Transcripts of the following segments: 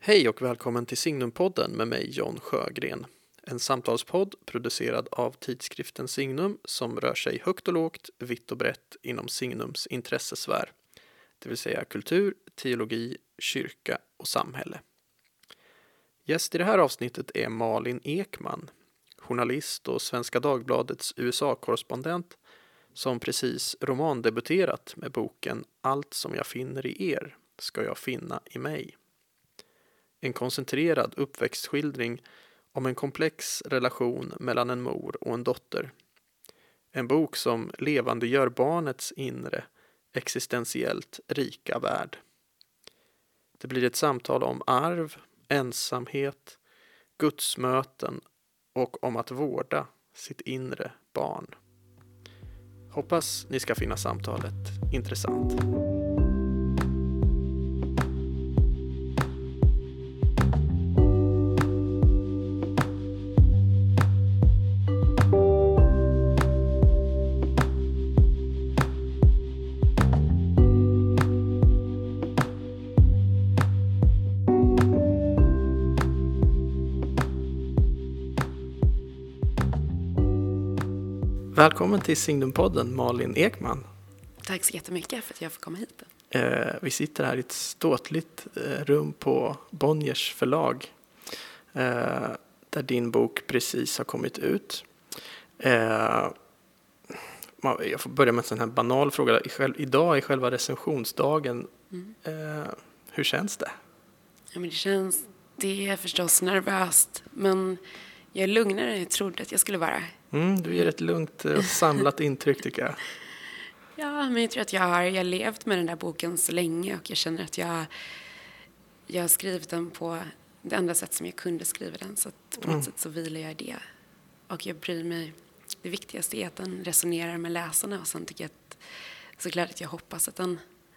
Hej och välkommen till Signumpodden med mig John Sjögren. En samtalspodd producerad av tidskriften Signum som rör sig högt och lågt, vitt och brett inom Signums intressesfär. Det vill säga kultur, teologi, kyrka och samhälle. Gäst i det här avsnittet är Malin Ekman, journalist och Svenska Dagbladets USA-korrespondent som precis romandebuterat med boken Allt som jag finner i er ska jag finna i mig. En koncentrerad uppväxtskildring om en komplex relation mellan en mor och en dotter. En bok som levande gör barnets inre, existentiellt rika värld. Det blir ett samtal om arv, ensamhet, gudsmöten och om att vårda sitt inre barn. Hoppas ni ska finna samtalet intressant. Välkommen till Signumpodden, Malin Ekman. Tack så jättemycket för att jag får komma hit. Vi sitter här i ett ståtligt rum på Bonniers förlag där din bok precis har kommit ut. Jag får börja med en sån här banal fråga. Idag är själva recensionsdagen. Hur känns det? Ja, men det är förstås nervöst, men jag är lugnare än jag trodde att jag skulle vara. Du ger ett lugnt och samlat intryck tycker jag. Ja, men jag tror att jag har levt med den där boken så länge och jag känner att jag har skrivit den på det enda sätt som jag kunde skriva den. Så att på något sätt så vilar jag i det. Och jag bryr mig. Det viktigaste är att den resonerar med läsarna och sen tycker jag att såklart att jag hoppas att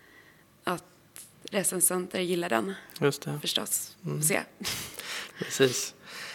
recensenter gillar den. Just det. Förstås. Se. Precis.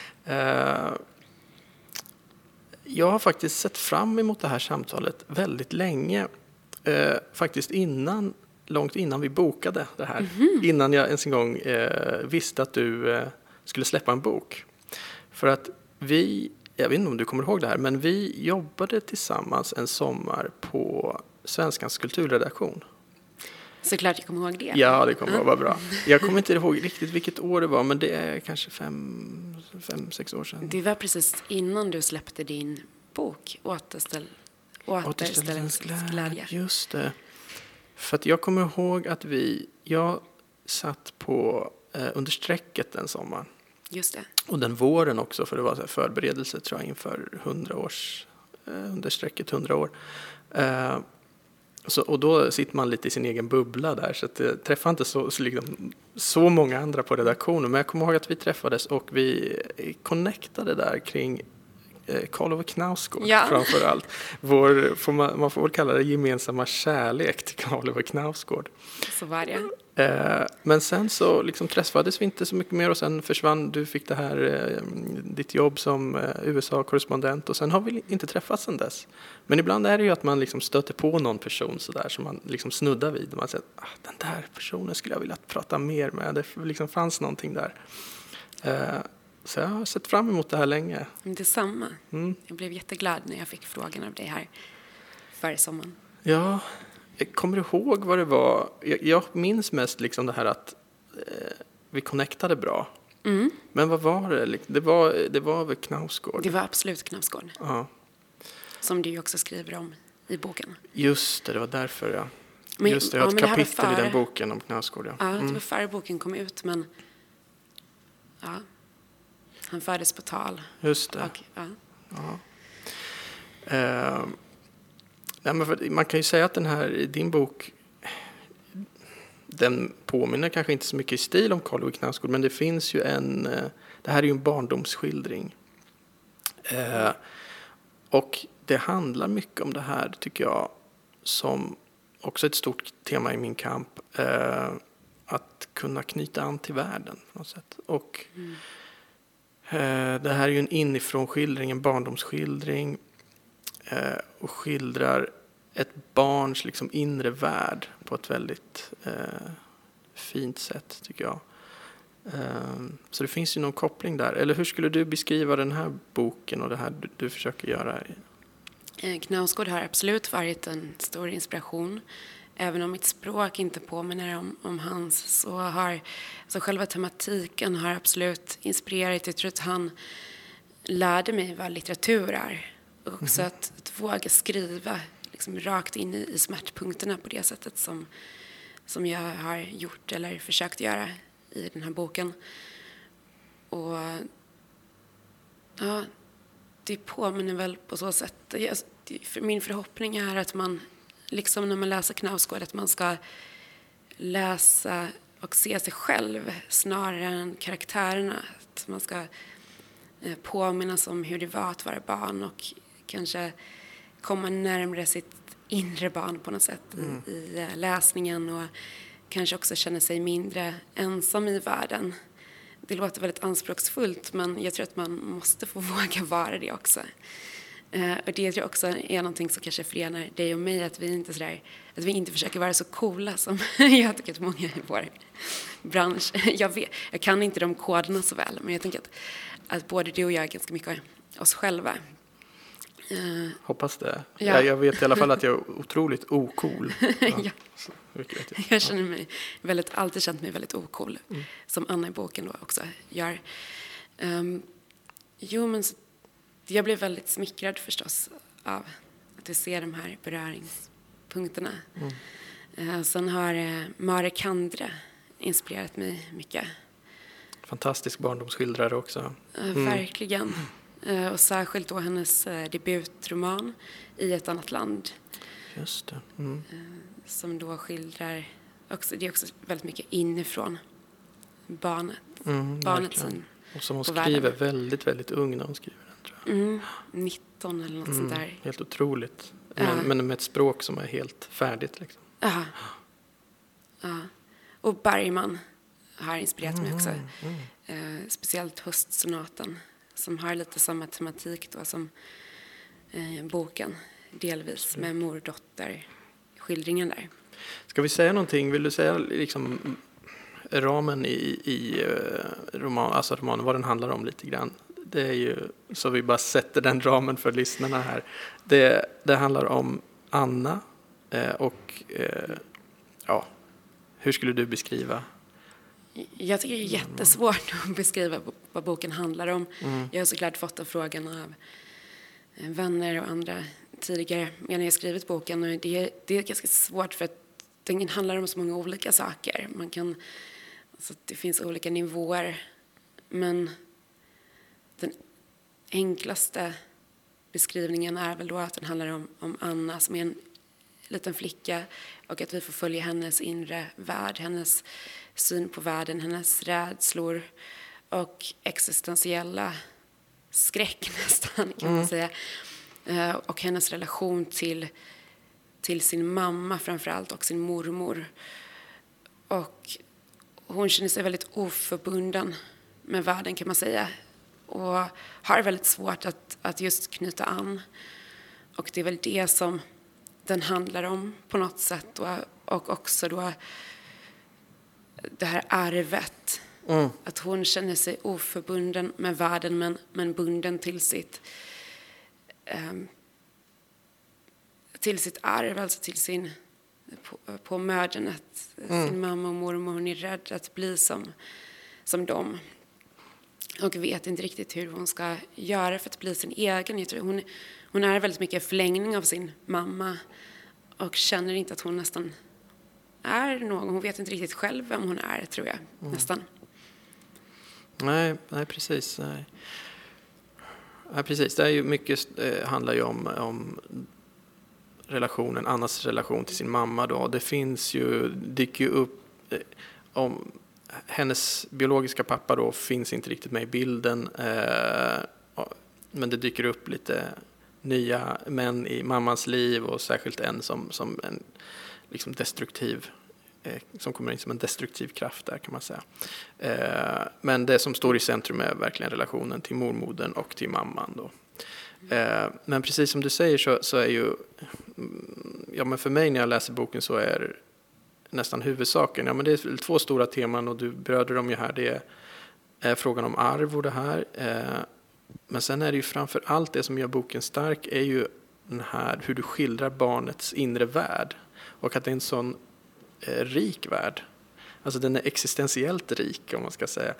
Jag har faktiskt sett fram emot det här samtalet väldigt länge. Faktiskt långt innan vi bokade det här. Innan jag ens en gång visste att du skulle släppa en bok. För att jag vet inte om du kommer ihåg det här, men vi jobbade tillsammans en sommar på Svenskans kulturredaktion. Såklart jag kommer ihåg det. Ja, det kommer att vara bra. Jag kommer inte ihåg riktigt vilket år det var, men det är kanske 5-6 år sedan. Det var precis innan du släppte din bok Återställningsglädje. Just det. För att jag kommer ihåg att jag satt på under strecket den sommaren. Just det. Och den våren också, för det var så här förberedelse tror jag inför 100 års under strecket 100 år. Och då sitter man lite i sin egen bubbla där, så att jag träffade inte så många andra på redaktionen, men jag kommer ihåg att vi träffades och vi connectade där kring Karl Ove Knausgård framför allt. Man får väl kalla det gemensamma kärlek till Karl Ove Knausgård. Så var det. Men sen så träffades vi inte så mycket mer och sen försvann. Du fick det här ditt jobb som USA-korrespondent och sen har vi inte träffats sen dess. Men ibland är det ju att man stöter på någon person så där som man snuddar vid och man säger den där personen skulle jag vilja prata mer med. Det fanns någonting där. Så jag har sett fram emot det här länge. Detsamma. Jag blev jätteglad när jag fick frågan av dig här förra sommaren. Ja, jag kommer ihåg vad det var. Jag minns mest det här att vi connectade bra. Men vad var det? Det var väl Knausgård? Det var absolut Knausgård. Ja. Som du också skriver om i boken. Just det var därför jag har ett kapitel i den boken om Knausgård. Ja, det var före boken kom ut, men han fördes på tal. Just det. Man kan ju säga att din bok, den påminner kanske inte så mycket i stil om Karl Ove Knausgård, men det finns ju det här är ju en barndomsskildring. Och det handlar mycket om det här, tycker jag, som också ett stort tema i min kamp, att kunna knyta an till världen på något sätt. Och det här är ju en inifrånskildring, en barndomsskildring, och skildrar ett barns inre värld på ett väldigt fint sätt, tycker jag. Så det finns ju någon koppling där. Eller hur skulle du beskriva den här boken och det här du försöker göra? Knausgård har absolut varit en stor inspiration. Även om mitt språk inte påminner om hans, så har själva tematiken har absolut inspirerat. Jag tror att han lärde mig vad litteratur är. Och också att våga skriva liksom rakt in i smärtpunkterna på det sättet som jag har gjort eller försökt göra i den här boken. Och ja, det påminner väl på så sätt. Min förhoppning är att man, liksom när man läser Knausgård, att man ska läsa och se sig själv snarare än karaktärerna. Att man ska påminnas om hur det var att vara barn och kanske komma närmare sitt inre barn på något sätt i läsningen, och kanske också känna sig mindre ensam i världen. Det låter väldigt anspråksfullt, men jag tror att man måste få våga vara det också. Och det tror jag också är någonting som kanske förenar dig och mig, att vi inte försöker vara så coola som jag tycker att många i vår bransch. Jag kan inte de koderna så väl, men jag tänker att både du och jag är ganska mycket oss själva. Hoppas det. Ja. Jag vet i alla fall att jag är otroligt ocool. Ja. Jag känner mig alltid känt mig väldigt ocool, som Anna i boken då också gör. Men jag blev väldigt smickrad förstås av att du ser de här beröringspunkterna. Sen har Marek Kandre inspirerat mig mycket. Fantastisk barndomsskildrare också. Verkligen. Och särskilt då hennes debutroman I ett annat land. Just det. Som då skildrar också, det är också väldigt mycket inifrån barnets syn. Och som hon skriver väldigt, väldigt ung när hon skriver den, tror jag. 19 eller något sånt där. Helt otroligt. Men med ett språk som är helt färdigt liksom. Ja. Och Bergman har inspirerat mig också. Speciellt Höstsonaten, som har lite samma tematik då som boken, delvis med mor-dotter skildringen där. Ska vi säga någonting? Vill du säga liksom ramen i romanen, vad den handlar om lite grann? Det är ju så vi bara sätter den ramen för lyssnarna här. Det handlar om Anna och hur skulle du beskriva? Jag tycker det är jättesvårt att beskriva vad boken handlar om. Jag har såklart fått den frågan av vänner och andra tidigare medan jag skrivit boken. Och det är ganska svårt för att den handlar om så många olika saker. Så det finns olika nivåer. Men den enklaste beskrivningen är väl då att den handlar om Anna som är en liten flicka, och att vi får följa hennes inre värld, hennes syn på världen, hennes rädslor och existentiella skräck nästan, kan man säga. Och hennes relation till sin mamma framförallt och sin mormor. Och hon känner sig väldigt oförbunden med världen, kan man säga. Och har väldigt svårt att just knyta an. Och det är väl det som den handlar om på något sätt. Och också då det här arvet. Att hon känner sig oförbunden med världen, men bunden till sitt arv, alltså till sin på mödernet, sin mamma och mormor. Hon är rädd att bli som dem. Och vet inte riktigt hur hon ska göra för att bli sin egen. Jag tror hon är väldigt mycket förlängning av sin mamma. Och känner inte att hon nästan är någon. Hon vet inte riktigt själv vem hon är, tror jag. Nästan. Nej, precis. Nej, precis. Det är ju mycket handlar ju om relationen, Annas relation till sin mamma då. Det dyker ju upp om hennes biologiska pappa då finns inte riktigt med i bilden, men det dyker upp lite nya män i mammans liv, och särskilt en som en liksom destruktiv, som kommer in som en destruktiv kraft där, kan man säga. Men det som står i centrum är verkligen relationen till mormodern och till mamman då. Men precis som du säger så är ju, men för mig när jag läser boken så är nästan huvudsaken. Ja, men det är 2 stora teman och du berörde dem ju här. Det är frågan om arv och det här. Men sen är det ju framför allt det som gör boken stark är ju den här hur du skildrar barnets inre värld. Och att det är en sån rik värld. Alltså den är existentiellt rik om man ska säga.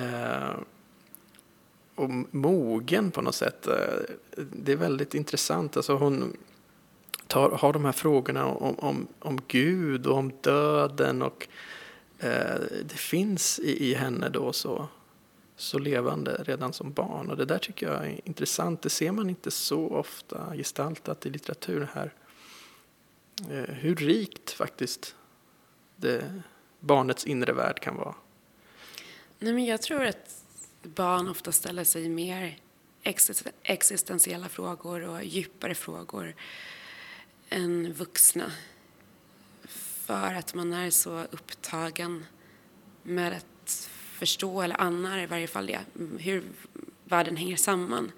Och mogen på något sätt. Det är väldigt intressant. Alltså hon har de här frågorna om Gud och om döden. Och det finns i henne då så levande redan som barn. Och det där tycker jag är intressant. Det ser man inte så ofta gestaltat i litteraturen här. Hur rikt faktiskt barnets inre värld kan vara. Nej, men jag tror att barn ofta ställer sig mer existentiella frågor och djupare frågor än vuxna. För att man är så upptagen med att förstå, eller anar i varje fall det, hur världen hänger samman.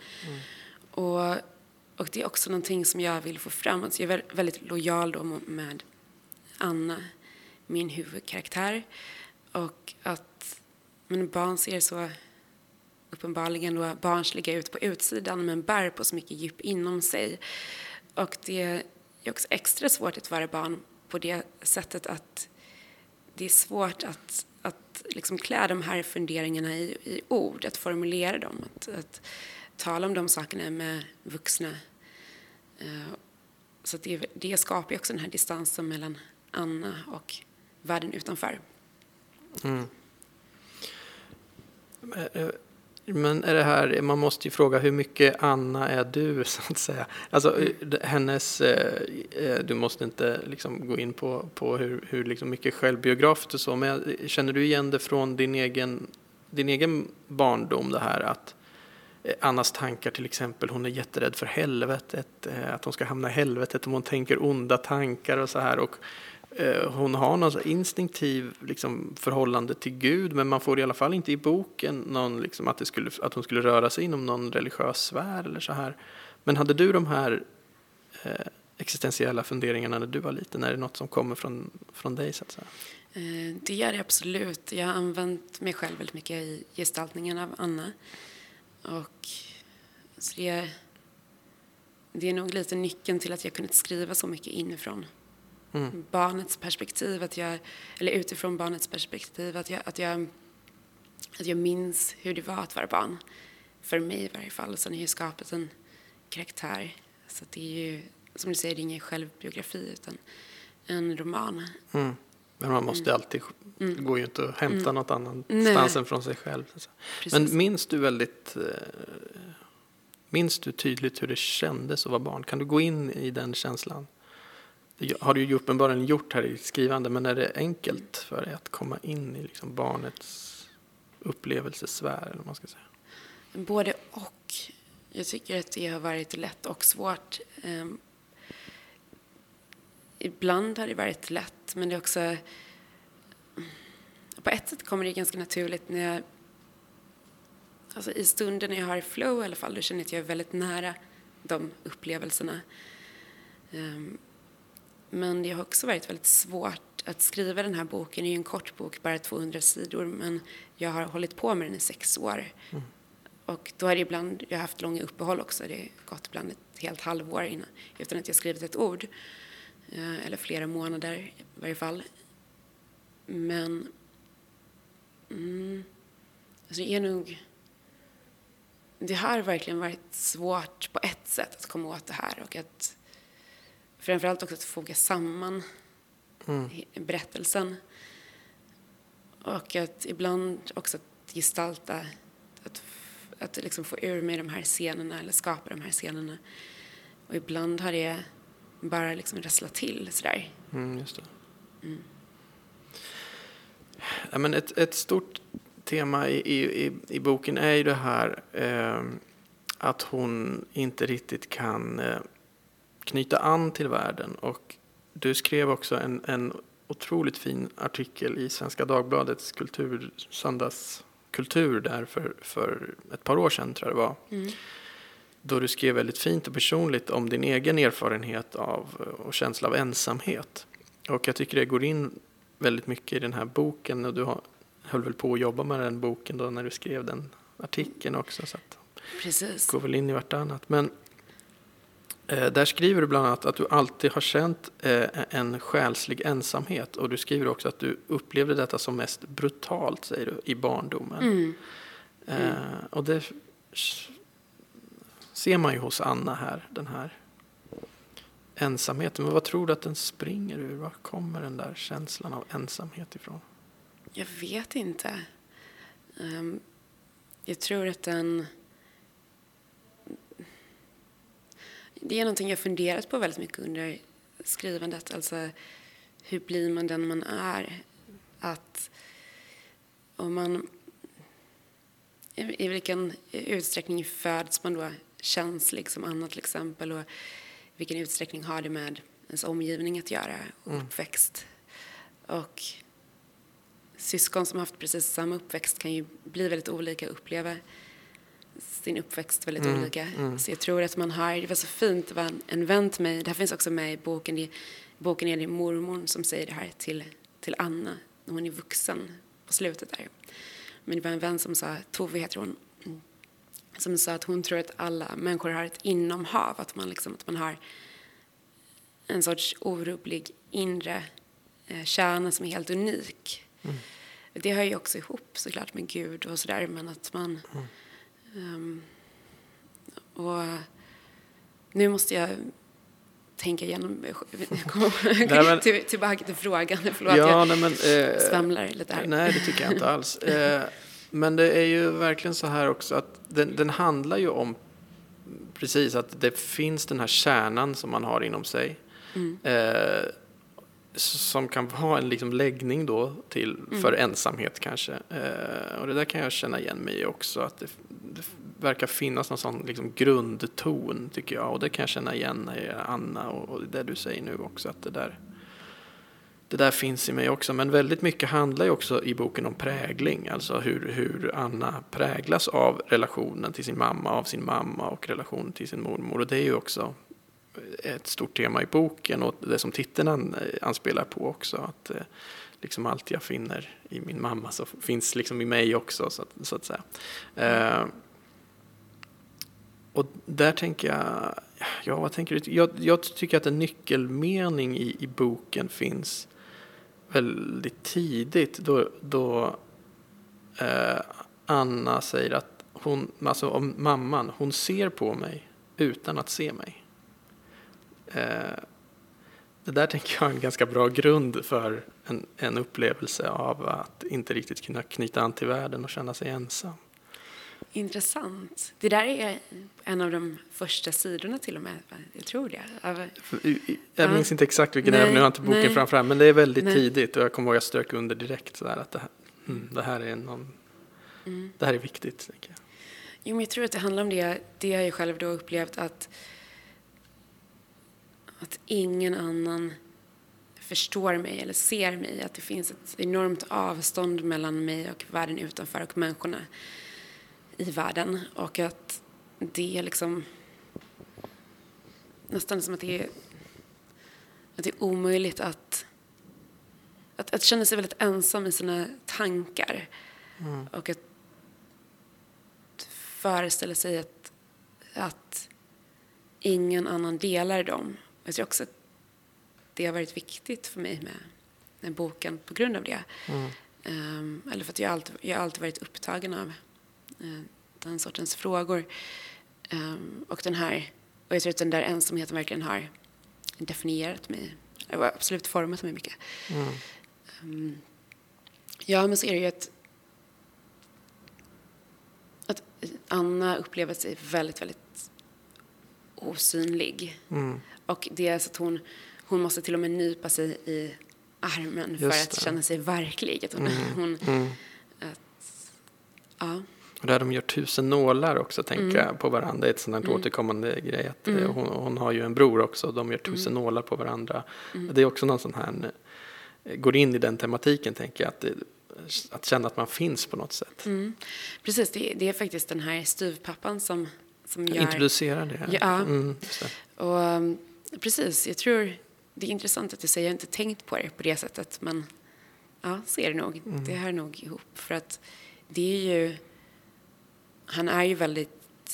Och det är också någonting som jag vill få fram. Alltså jag är väldigt lojal då med Anna, min huvudkaraktär. Och att barn ser så uppenbarligen då barnsliga ut på utsidan men bär på så mycket djup inom sig. Och det är också extra svårt att vara barn på det sättet att det är svårt att liksom klä de här funderingarna i ord, att formulera dem, att tala om de sakerna med vuxna. Så att det skapar ju också den här distansen mellan Anna och världen utanför. Men är det här, man måste ju fråga hur mycket Anna är du så att säga. Alltså hennes, du måste inte liksom gå in på hur liksom mycket självbiografiskt och så, men känner du igen det från din egen barndom, det här att Annas tankar till exempel, hon är jätterädd för helvetet, att hon ska hamna i helvetet om hon tänker onda tankar och så här, och hon har någon instinktiv liksom förhållande till Gud, men man får i alla fall inte i boken någon liksom att hon skulle röra sig inom någon religiös sfär eller så här. Men hade du de här existentiella funderingarna när du var liten? Är det något som kommer från dig så att säga? Det gör det absolut. Jag har använt mig själv väldigt mycket i gestaltningen av Anna. Och så det är nog lite nyckeln till att jag kunnat skriva så mycket inifrån barnets perspektiv, eller utifrån barnets perspektiv, att jag minns hur det var att vara barn, för mig i varje fall. Och sen har jag skapat en karaktär, så att det är ju, som du säger, det är ingen självbiografi utan en roman. Men man måste alltid, det går ju inte att hämta något annanstans än från sig själv. Men minns du tydligt hur det kändes att vara barn? Kan du gå in i den känslan? Det har du ju uppenbarligen gjort här i skrivande, men är det enkelt för dig att komma in i liksom barnets upplevelsesfär, eller vad man ska säga? Både och. Jag tycker att det har varit lätt och svårt. Ibland har det varit lätt, men det är också... På ett sätt kommer det ganska naturligt när alltså i stunden när jag har flow i alla fall, då känner jag att jag är väldigt nära de upplevelserna. Men det har också varit väldigt svårt att skriva den här boken. Det är ju en kort bok, bara 200 sidor, men jag har hållit på med den i 6 år. Och då har det ibland, jag har haft långa uppehåll också. Det har gått ibland ett helt halvår utan att jag skrivit ett ord. Eller flera månader i varje fall. Men alltså det har verkligen varit svårt på ett sätt att komma åt det här, och att framförallt också att foga samman berättelsen, och att ibland också att gestalta, att liksom få ur mig de här scenerna eller skapa de här scenerna, och ibland har det bara liksom rasslat till sådär. Just det. Ja, men ett stort tema i boken är ju det här att hon inte riktigt kan knyta an till världen, och du skrev också en otroligt fin artikel i Svenska Dagbladets söndagskultur där för ett par år sedan, tror jag det var. Då du skrev väldigt fint och personligt om din egen erfarenhet av och känsla av ensamhet. Och jag tycker det går in väldigt mycket i den här boken, och du höll väl på att jobba med den boken då när du skrev den artikeln också, så att Precis. det går väl in i vartannat. Men där skriver du bland annat att du alltid har känt en själslig ensamhet, och du skriver också att du upplevde detta som mest brutalt, säger du, i barndomen. Och det ser man ju hos Anna här, den här ensamheten. Men vad tror du att den springer ur? Var kommer den där känslan av ensamhet ifrån? Jag vet inte. Jag tror att det är någonting jag funderat på väldigt mycket under skrivandet. Alltså, hur blir man den man är? Att om man... I vilken utsträckning föds man då känslig som Anna till exempel, och i vilken utsträckning har det med ens omgivning att göra, uppväxt. Och syskon som har haft precis samma uppväxt kan ju bli väldigt olika, uppleva sin uppväxt väldigt olika. Så jag tror att man har, det var så fint, det var en vän till mig, det här finns också med i boken, boken är det mormor som säger det här till Anna när hon är vuxen på slutet där. Men det var en vän som sa, Tove heter hon, som sa att hon tror att alla människor har ett inomhav, att man har en sorts orubblig inre kärna som är helt unik. Det hör ju också ihop såklart med Gud och sådär, men att man och nu måste jag tänka igenom tillbaka till frågan. Förlåt, jag svamlar lite här. Nej, det tycker jag inte alls. Men det är ju verkligen så här också att den handlar ju om precis att det finns den här kärnan som man har inom sig. Som kan ha en liksom läggning då för ensamhet kanske. Och det där kan jag känna igen mig i också, att det verkar finnas någon sån liksom grundton, tycker jag. Och det kan jag känna igen i Anna och det du säger nu också, att det där finns i mig också. Men väldigt mycket handlar ju också i boken om prägling, alltså hur Anna präglas av relationen till sin mamma, av sin mamma och relationen till sin mormor. Och det är ju också ett stort tema i boken, och det som titeln anspelar på också, att liksom allt jag finner i min mamma så finns liksom i mig också, så att säga. Och där tänker jag, vad tänker du? Jag tycker att en nyckelmening i boken finns väldigt tidigt, då Anna säger att om mamman, hon ser på mig utan att se mig. Det där tänker jag är en ganska bra grund för en upplevelse av att inte riktigt kunna knyta an till världen och känna sig ensam. Intressant. Det där är en av de första sidorna till och med. Jag tror det. Jag minns inte exakt vilken är, nu har jag inte boken framför, men det är väldigt tidigt, och jag kommer ihåg att jag strök under direkt så där, att det här är det här är viktigt, tänker jag. Jo, men jag tror att det handlar om det. Det har jag själv då upplevt, att ingen annan förstår mig eller ser mig. Att det finns ett enormt avstånd mellan mig och världen utanför och människorna i världen. Och att det är liksom nästan som att det är omöjligt att känna sig väldigt ensam i sina tankar. Och att föreställa sig att ingen annan delar dem. Jag tror också att det har varit viktigt för mig med den boken på grund av det. Eller för att jag har alltid varit upptagen av den sortens frågor. Och jag tror att den där ensamheten verkligen har definierat mig. Det har absolut format mig mycket. Ja, men så är det ju att Anna upplever sig väldigt, väldigt osynlig. Och det är så att hon måste till och med nypa sig i armen för att känna sig verklig. Att ja. Och där de gör 1000 nålar också, tänka på varandra. Det är ett sådant återkommande grej. Att hon har ju en bror också, de gör 1000 nålar på varandra. Det är också någon sån här, går in i den tematiken, tänker jag, att känna att man finns på något sätt. Precis, det är faktiskt den här styvpappan som gör... Introducerar det. Ja, just det. Och precis, jag tror det är intressant att du säger, jag har inte tänkt på det på det sättet, men Ja, så är det nog. Det hör nog ihop. För att det är ju... Han är ju väldigt...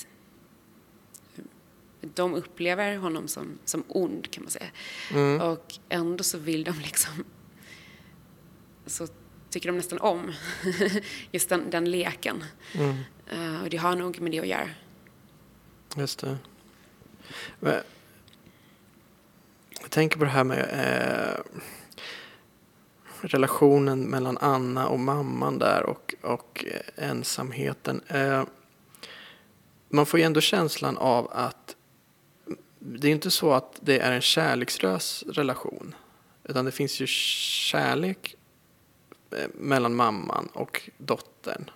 De upplever honom som ond, kan man säga. Och ändå så vill de liksom... Så tycker de nästan om just den leken. Och det har nog med det att göra. Just det. Men jag tänker på det här med relationen mellan Anna och mamman där och ensamheten. Man får ju ändå känslan av att det är inte så att det är en kärlekslös relation, utan det finns ju kärlek mellan mamman och dottern.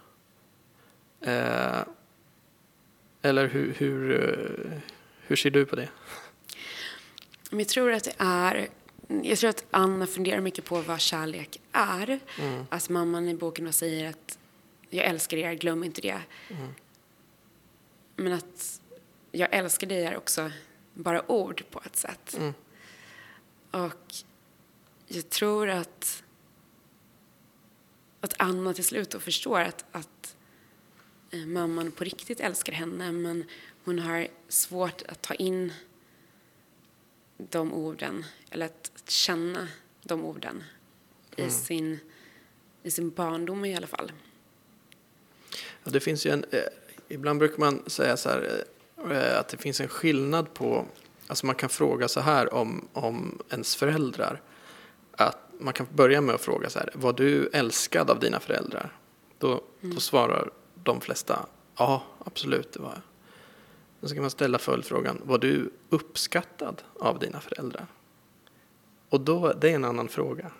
Eller hur ser du på det? Jag tror att Anna funderar mycket på vad kärlek är. Att mamman i boken då säger att jag älskar er, glöm inte det. Men att jag älskar dig är också bara ord på ett sätt. Och jag tror att Anna till slut då förstår att mamman på riktigt älskar henne, men hon har svårt att ta in de orden, eller att känna de orden i sin barndom i alla fall. Ja, det finns ju ibland brukar man säga så här, att det finns en skillnad på, alltså man kan fråga så här om ens föräldrar, att man kan börja med att fråga så här: var du älskad av dina föräldrar? Då svarar de flesta ja, absolut, det var jag. Då ska man ställa följdfrågan: var du uppskattad av dina föräldrar? Och då, det är en annan fråga.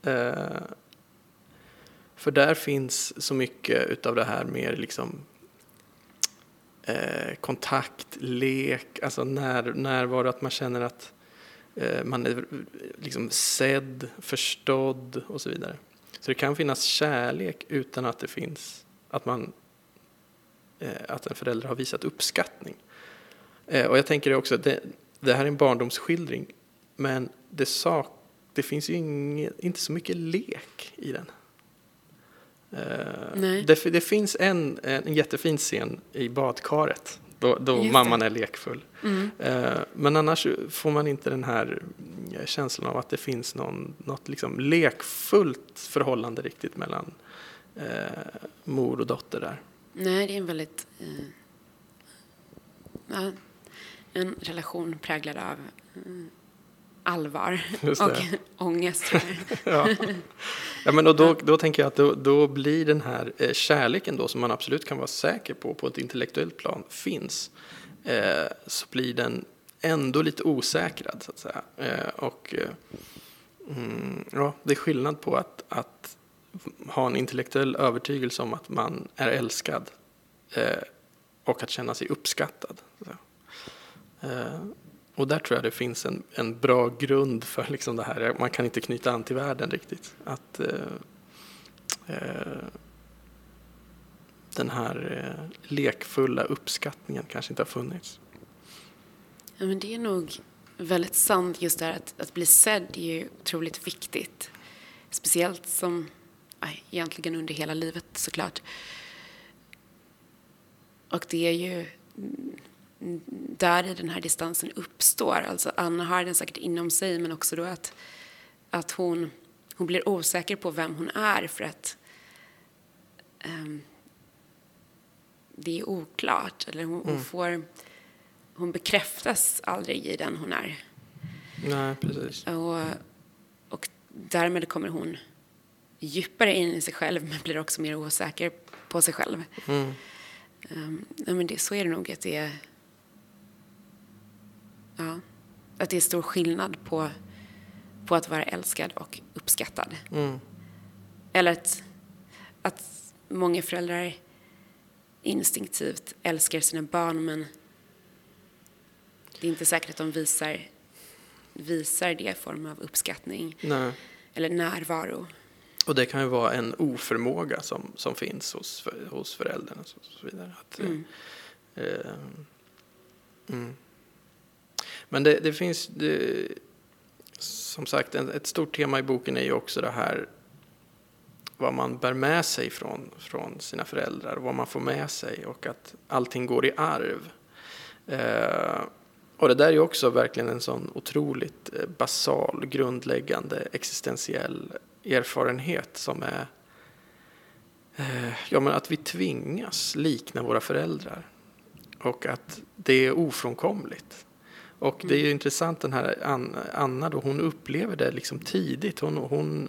För där finns så mycket utav det här mer liksom kontakt, lek, alltså närvaro, att man känner att man är liksom sedd, förstådd och så vidare. Så det kan finnas kärlek utan att det finns att en förälder har visat uppskattning. Och jag tänker också att det här är en barndomsskildring, men det finns ju inte så mycket lek i den. Det finns en jättefin scen i badkaret då mamman är lekfull. Men annars får man inte den här känslan av att det finns något liksom lekfullt förhållande riktigt mellan mor och dotter där. Nej, det är en väldigt en relation präglad av allvar och ångest. Ja, men då tänker jag att då blir den här kärleken då, som man absolut kan vara säker på ett intellektuellt plan finns, så blir den ändå lite osäkrad, så att säga. Det är skillnad på att ha en intellektuell övertygelse om att man är älskad och att känna sig uppskattad. Och där tror jag det finns en bra grund för liksom det här. Man kan inte knyta an till världen riktigt. Att den här lekfulla uppskattningen kanske inte har funnits. Ja, men det är nog väldigt sant just det här att bli sedd är ju otroligt viktigt. Speciellt som egentligen under hela livet såklart. Och det är ju där i den här distansen uppstår. Alltså Anna har den säkert inom sig, men också då att hon blir osäker på vem hon är för att det är oklart. Eller hon bekräftas aldrig i den hon är. Nej, precis. Och därmed kommer hon djupare in i sig själv, men blir också mer osäker på sig själv. Men så är det nog att det är att det är stor skillnad på att vara älskad och uppskattad. Eller att många föräldrar instinktivt älskar sina barn, men det är inte säkert att de visar det i form av uppskattning. Nej. Eller närvaro. Och det kan ju vara en oförmåga som finns hos föräldrarna och så vidare. Men det finns som sagt ett stort tema i boken är ju också det här vad man bär med sig från sina föräldrar och vad man får med sig och att allting går i arv. Och det där är ju också verkligen en sån otroligt basal, grundläggande, existentiell erfarenhet som är men att vi tvingas likna våra föräldrar och att det är ofrånkomligt. Och det är ju intressant, den här Anna då, hon upplever det liksom tidigt. Hon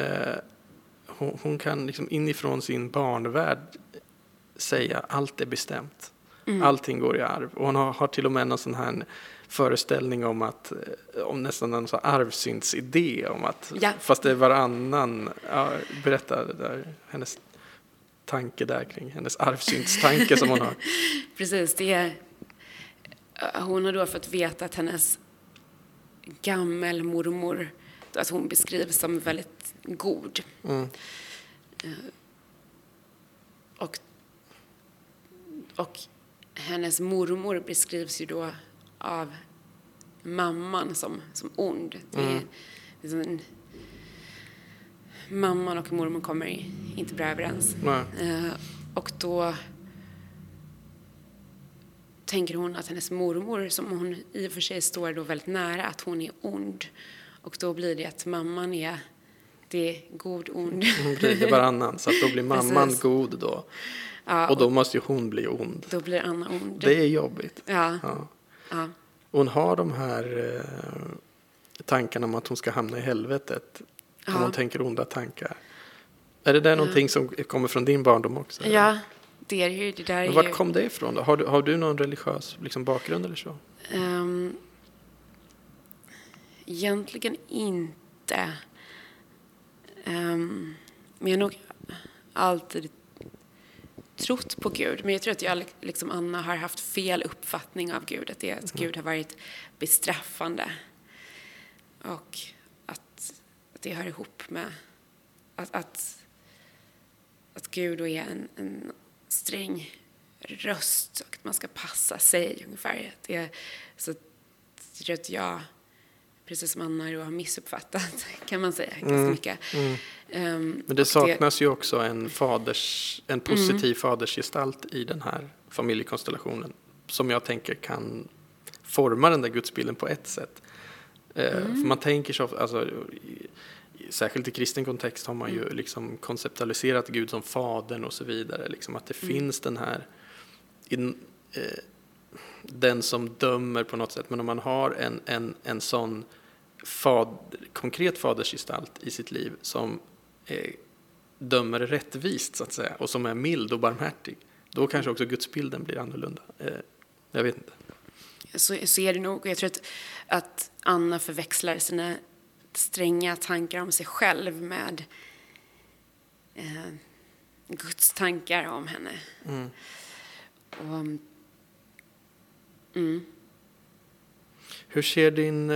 kan liksom inifrån sin barnvärld säga allt är bestämt. Allting går i arv. Och hon har till och med någon sån här föreställning om nästan en sån arvsynsidé om att fast det är varannan, berätta det där, hennes tanke där kring hennes arvsynstanke som hon har. Precis, hon har då fått veta att hennes gammelmormor, att hon beskrivs som väldigt god. Och hennes mormor beskrivs ju då av mamman som ond. Mamman och mormor kommer inte bra överens. Och då tänker hon att hennes mormor, som hon i och för sig står då väldigt nära, att hon är ond. Och då blir det att mamman är god, ond. Det är varannan, så att då blir mamman Precis. God då. Ja, och då måste ju hon bli ond. Då blir Anna ond. Det är jobbigt. Ja. Hon har de här tankarna om att hon ska hamna i helvetet. Om hon tänker onda tankar. Är det där någonting som kommer från din barndom också? Ja, det är ju det där. Men vart kom det ifrån då? Har du någon religiös liksom, bakgrund eller så? Egentligen inte. Men jag har nog alltid trott på Gud. Men jag tror att jag, liksom Anna, har haft fel uppfattning av Gud. Att Gud har varit bestraffande. Och att det hör ihop med att Gud då är en sträng röst och att man ska passa sig ungefär. Så jag tror att jag, precis som Anna, då har missuppfattat, kan man säga, ganska mycket. Men det saknas ju också en positiv fadersgestalt i den här familjekonstellationen som jag tänker kan forma den där gudsbilden på ett sätt. För man tänker så, alltså, särskilt i kristen kontext har man ju liksom konceptualiserat Gud som fadern och så vidare. Liksom att det finns den här den som dömer på något sätt. Men om man har en sån konkret fadersgestalt i sitt liv som dömer rättvist så att säga och som är mild och barmhärtig, då kanske också gudsbilden blir annorlunda. Jag vet inte. Så är det nog. Jag tror att Anna förväxlar sina stränga tankar om sig själv med Guds tankar om henne. Hur ser din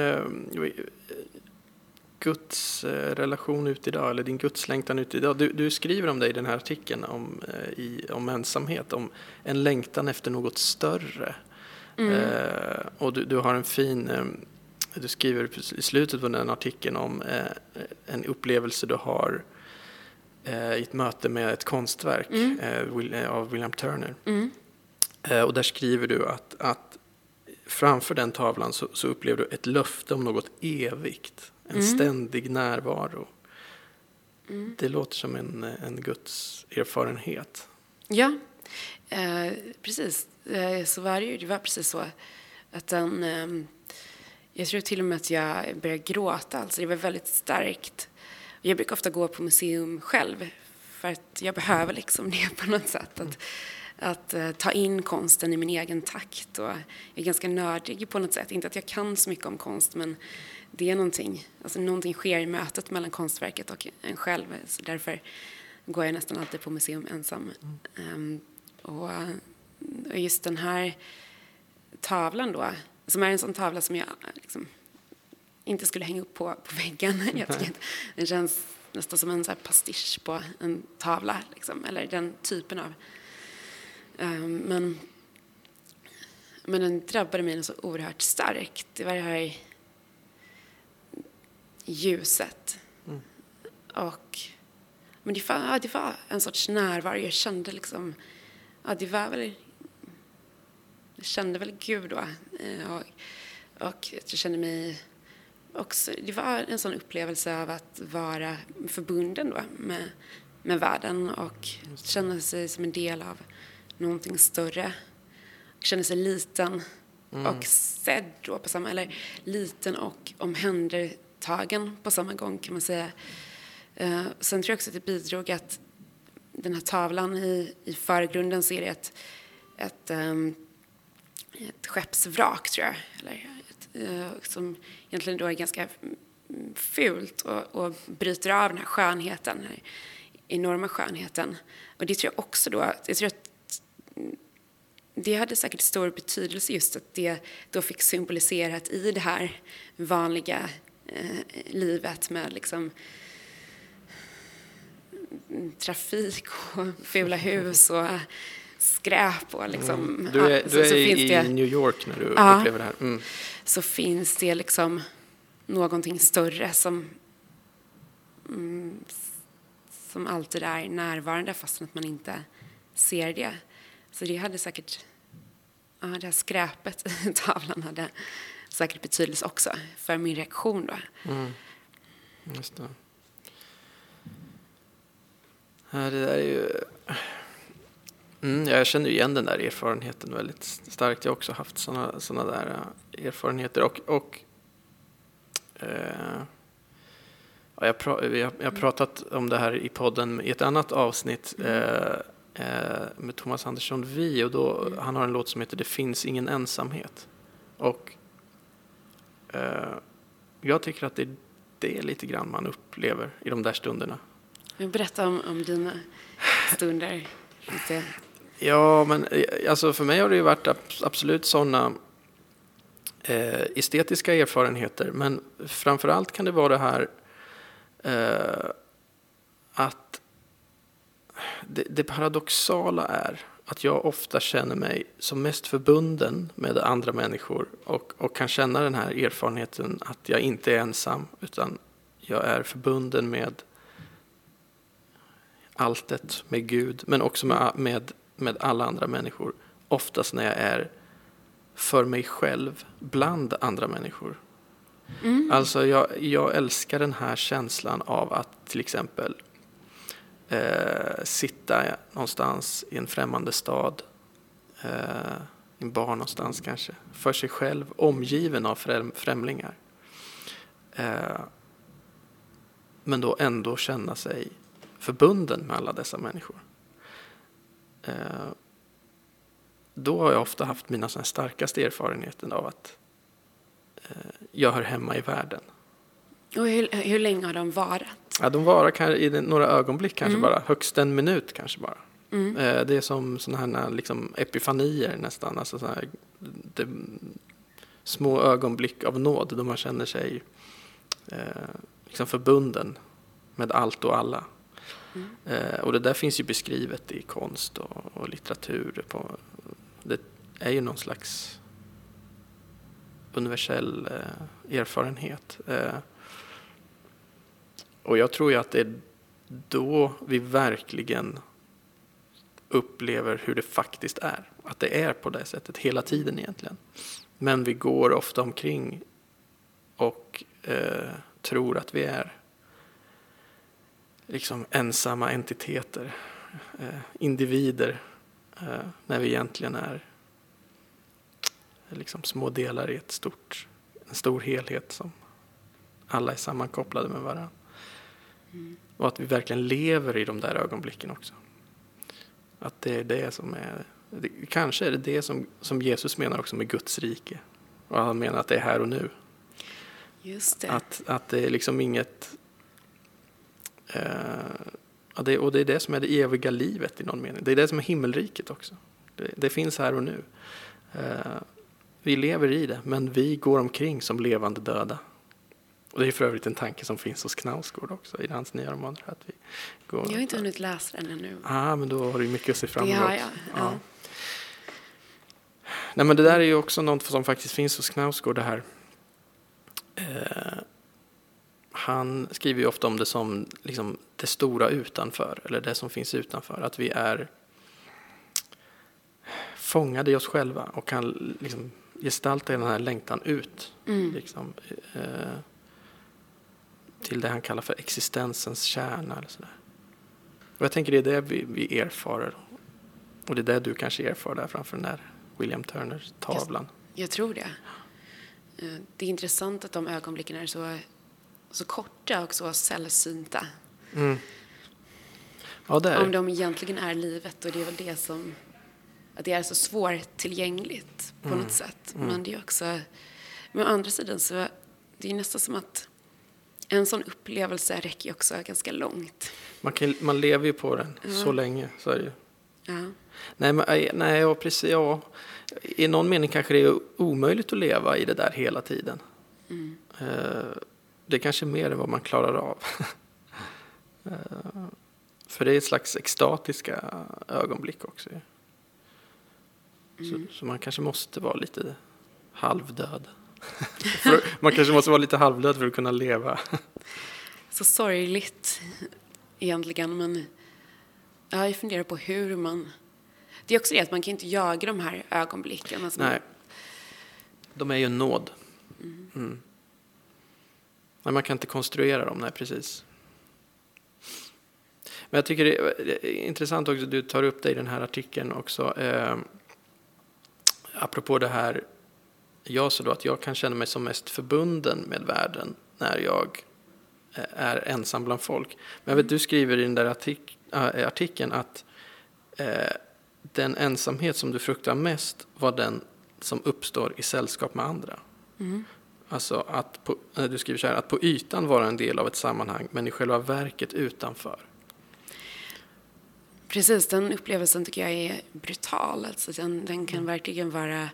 Guds relation ut idag, eller din gudslängtan ut idag? Du skriver om det i den här artikeln om ensamhet, om en längtan efter något större. Och du har en fin, du skriver i slutet på den artikeln om en upplevelse du har i ett möte med ett konstverk av William Turner. Och där skriver du att framför den tavlan så upplever du ett löfte om något evigt, en ständig närvaro. Det låter som en Guds erfarenhet. Ja, precis. Så var det ju. Det var precis så att jag tror till och med att jag började gråta. Alltså det var väldigt starkt. Jag brukar ofta gå på museum själv för att jag behöver liksom det på något sätt. Att ta in konsten i min egen takt. Och jag är ganska nördig på något sätt. Inte att jag kan så mycket om konst, men det är någonting. Alltså någonting sker i mötet mellan konstverket och en själv. Så därför går jag nästan alltid på museum ensam. Och just den här tavlan då, som är en sån tavla som jag liksom inte skulle hänga upp på väggen. Jag tycker att den känns nästan som en så här pastisch på en tavla. Liksom, eller den typen av. Men den drabbade mig så oerhört starkt. Det var det här ljuset. Och Men det var en sorts närvaro. Jag kände liksom, jag kände väl Gud då. Och jag kände mig också, det var en sån upplevelse av att vara förbunden då med världen och känna sig som en del av någonting större. Känna sig liten och sedd då på samma, eller liten och omhändertagen på samma gång kan man säga. Sen tror jag också att det bidrog att den här tavlan i förgrunden ser ett skeppsvrak tror jag, eller som egentligen då är ganska fult och bryter av den här skönheten, den här enorma skönheten. Och det tror jag också då, jag tror att det hade säkert stor betydelse just att det då fick symboliserat i det här vanliga livet med liksom trafik och fula hus och skräp och liksom. Du är i New York när du upplever det här. Så finns det liksom någonting större som alltid är närvarande fast att man inte ser det. Så det hade säkert, det här skräpet i tavlan hade säkert betydelse också för min reaktion då. Just det. Det där är ju... jag känner igen den där erfarenheten väldigt starkt. Jag har också haft såna där erfarenheter. Jag har pratat om det här i podden i ett annat avsnitt med Thomas Andersson Vi, och då han har en låt som heter Det finns ingen ensamhet. Och jag tycker att det är lite grann man upplever i de där stunderna. Berätta om dina stunder. Ja, men alltså för mig har det ju varit absolut sådana estetiska erfarenheter, men framförallt kan det vara det här att det paradoxala är att jag ofta känner mig som mest förbunden med andra människor och kan känna den här erfarenheten att jag inte är ensam utan jag är förbunden med alltet, med Gud, men också med alla andra människor. Oftast när jag är för mig själv bland andra människor. Alltså jag älskar den här känslan av att till exempel sitta någonstans i en främmande stad, i en bar någonstans kanske, för sig själv, omgiven av främlingar. Men då ändå känna sig förbunden med alla dessa människor. Då har jag ofta haft mina såna starkaste erfarenheter av att jag hör hemma i världen. Och hur länge har de varit? Ja, de varar i några ögonblick kanske bara. Högst en minut kanske bara. Det är som sådana här liksom epifanier nästan. Alltså så här, små ögonblick av nåd då man känner sig liksom förbunden med allt och alla. Och det där finns ju beskrivet i konst och litteratur. Det är ju någon slags universell erfarenhet. Och jag tror ju att det är då vi verkligen upplever hur det faktiskt är. Att det är på det sättet hela tiden egentligen. Men vi går ofta omkring och tror att vi är liksom ensamma entiteter, individer, när vi egentligen är liksom små delar i en stor helhet som alla är sammankopplade med varandra. Och att vi verkligen lever i de där ögonblicken också. Att det är det som är, kanske är det som Jesus menar också med Guds rike. Och han menar att det är här och nu. Just det. Att det är liksom inget... och det är det som är det eviga livet i någon mening. Det är det som är himmelriket också. Det finns här och nu. Vi lever i det, men vi går omkring som levande döda. Och det är för övrigt en tanke som finns hos Knausgård också i hans nya roman. Att vi går, jag har inte hunnit läsa den ännu. Men då har du mycket att se fram emot. Det har jag. Ja. Nej, men det där är ju också något som faktiskt finns hos Knausgård. Det här. Han skriver ju ofta om det som liksom det stora utanför, eller det som finns utanför. Att vi är fångade i oss själva och kan liksom gestalta den här längtan ut. Liksom, till det han kallar för existensens kärna. Eller sådär. Och jag tänker det är det vi erfarer. Och det är det du kanske erfar där framför den där William Turner-tavlan. Jag tror det. Det är intressant att de ögonblicken är så korta och så sällsynta. Ja, det är. Om de egentligen är livet, och det är väl det som att det är så svårtillgängligt på något sätt. Men det är också, men å andra sidan så det är nästan som att en sån upplevelse räcker också ganska långt. Man lever ju på den så länge, så är det ju. Ja. Nej, precis. Ja. I någon mening kanske det är omöjligt att leva i det där hela tiden. Det är kanske mer än vad man klarar av. För det är ett slags extatiska ögonblick också. Så man kanske måste vara lite halvdöd. Man kanske måste vara lite halvdöd för att kunna leva. Så sorgligt egentligen, men jag funderar på hur man... Det är också det att man kan inte jaga de här ögonblicken. Alltså Nej, de är ju en nåd. Nej, man kan inte konstruera dem, nej precis. Men jag tycker det är intressant också, du tar upp det i den här artikeln också. Apropå det här, så då att jag kan känna mig som mest förbunden med världen när jag är ensam bland folk. Men jag vet, du skriver i den där artikeln att den ensamhet som du fruktar mest var den som uppstår i sällskap med andra. Alltså att du skriver så här, att på ytan vara en del av ett sammanhang, men i själva verket utanför. Precis, den upplevelsen tycker jag är brutal. Alltså den kan verkligen vara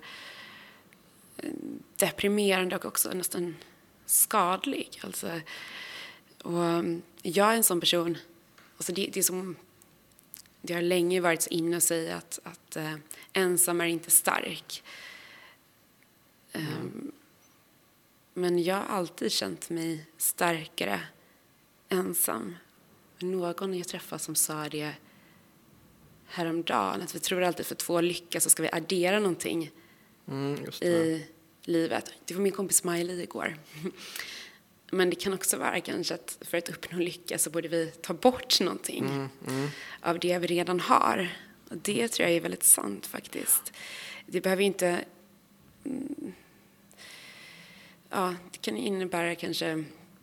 deprimerande och också nästan skadlig. Alltså, och jag är en sån person, alltså det har länge varit så inne att säga att ensam är inte stark. Men jag har alltid känt mig starkare ensam. Någon jag träffade som sa det häromdagen, att vi tror alltid för 2 lyckas så ska vi addera någonting i livet. Det var min kompis Miley igår. Men det kan också vara kanske att för att uppnå lycka så borde vi ta bort någonting av det vi redan har. Och det tror jag är väldigt sant faktiskt. Det behöver inte... det kan innebära kanske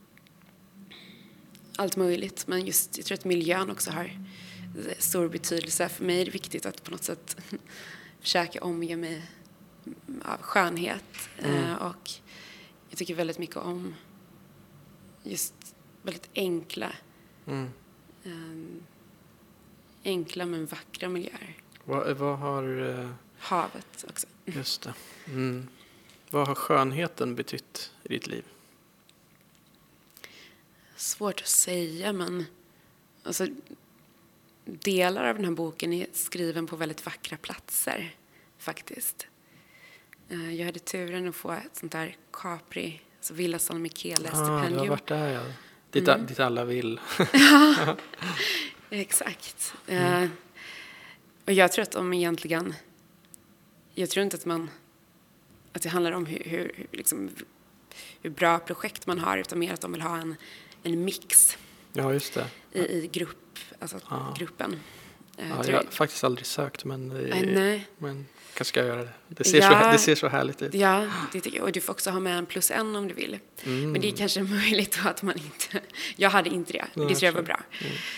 allt möjligt. Men just, jag tror att miljön också har stor betydelse. För mig är det viktigt att på något sätt försöka omge mig av skönhet. Och jag tycker väldigt mycket om just väldigt enkla men vackra miljöer. Vad har... Havet också. Just det. Vad har skönheten betytt i ditt liv? Svårt att säga, men alltså, delar av den här boken är skriven på väldigt vackra platser faktiskt. Jag hade turen att få ett sånt där Capri, alltså Villa San Michele-stipendium. Du har varit där, ja. Dit alla vill. Ja, exakt. Och jag tror att de egentligen... Jag tror inte att det handlar om hur bra projekt man har, utan mer att de vill ha en mix. Ja, just det. I gruppen. Jag har faktiskt aldrig sökt, men kanske ska jag göra det. Det ser så härligt ut. Ja, det tycker jag. Och du får också ha med en +1 om du vill. Men det är kanske möjligt att man inte... Jag hade inte det. Det tror jag var bra.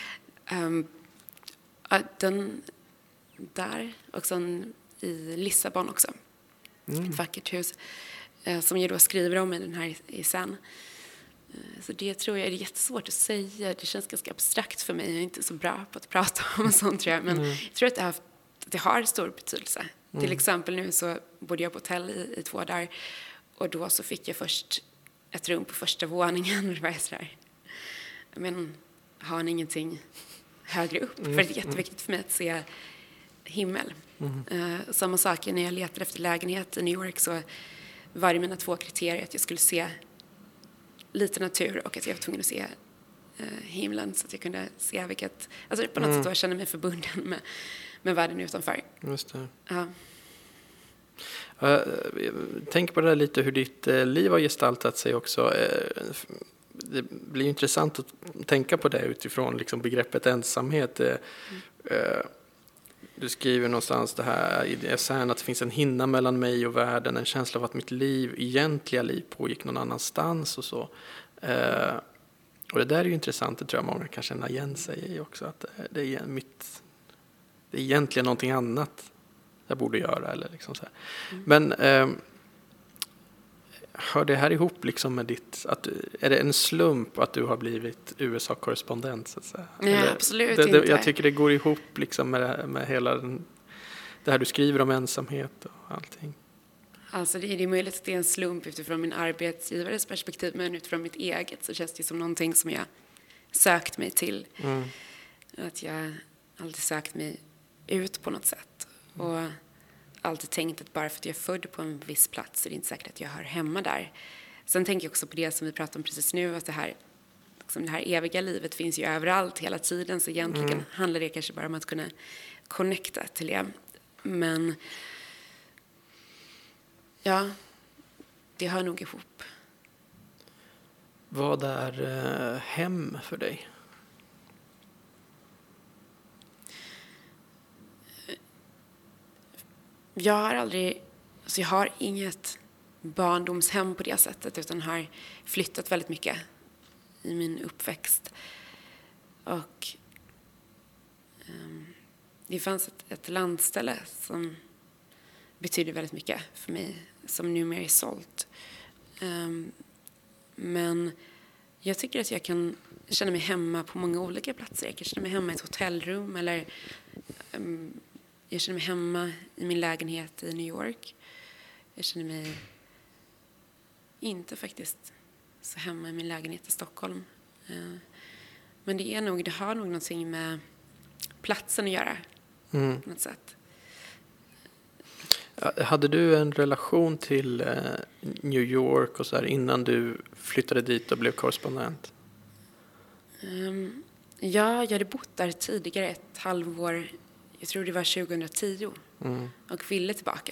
Den där, och sen i Lissabon också. Ett vackert hus. Som jag då skriver om i den här i sen. Så det tror jag är jättesvårt att säga. Det känns ganska abstrakt för mig. Jag är inte så bra på att prata om sånt, tror jag. Men jag tror att det har stor betydelse. Till exempel nu så bodde jag på hotell i 2 dagar. Och då så fick jag först ett rum på första våningen. Och det var sådär. Men har ni ingenting högre upp? För det är jätteviktigt för mig att se himmel. Samma sak när jag letade efter lägenhet i New York, så var det mina 2 kriterier att jag skulle se lite natur och att jag var tvungen att se himlen så att jag kunde se vilket... Alltså på något sätt jag kände mig förbunden med världen utanför. Just det. Ja. Tänk på det där lite hur ditt liv har gestaltat sig också. Det blir intressant att tänka på det utifrån liksom begreppet ensamhet. Du skriver någonstans det här i essän att det finns en hinna mellan mig och världen, en känsla av att mitt egentliga liv pågick någon annanstans och så. Och det där är ju intressant, det tror jag många kan känna igen sig i också, att det är egentligen någonting annat jag borde göra eller liksom så här. Men hör det här ihop liksom med är det en slump att du har blivit USA-korrespondent så att säga? Nej, absolut inte. Jag tycker det går ihop liksom med hela det här du skriver om ensamhet och allting. Alltså det är möjligt att det är en slump utifrån min arbetsgivares perspektiv, men utifrån mitt eget så känns det som någonting som jag sökt mig till. Att jag alltid sökt mig ut på något sätt. Och alltid tänkt att bara för att jag är född på en viss plats är det inte säkert att jag hör hemma där. Sen tänker jag också på det som vi pratade om precis nu, att det här eviga livet finns ju överallt hela tiden, så egentligen handlar det kanske bara om att kunna connecta till det. Men ja, det hör nog ihop. Vad är hem för dig? Jag har inget barndomshem på det sättet, utan har flyttat väldigt mycket i min uppväxt. Och det fanns ett landställe som betydde väldigt mycket för mig, som numera är sålt. Men jag tycker att jag kan känna mig hemma på många olika platser. Jag kan känna mig hemma i ett hotellrum, eller jag känner mig hemma i min lägenhet i New York. Jag känner mig inte faktiskt så hemma i min lägenhet i Stockholm. Men det har nog någonting med platsen att göra på något sätt. Hade du en relation till New York och så här innan du flyttade dit och blev korrespondent? Ja, jag hade bott där tidigare ett halvår. Jag tror det var 2010 och ville tillbaka.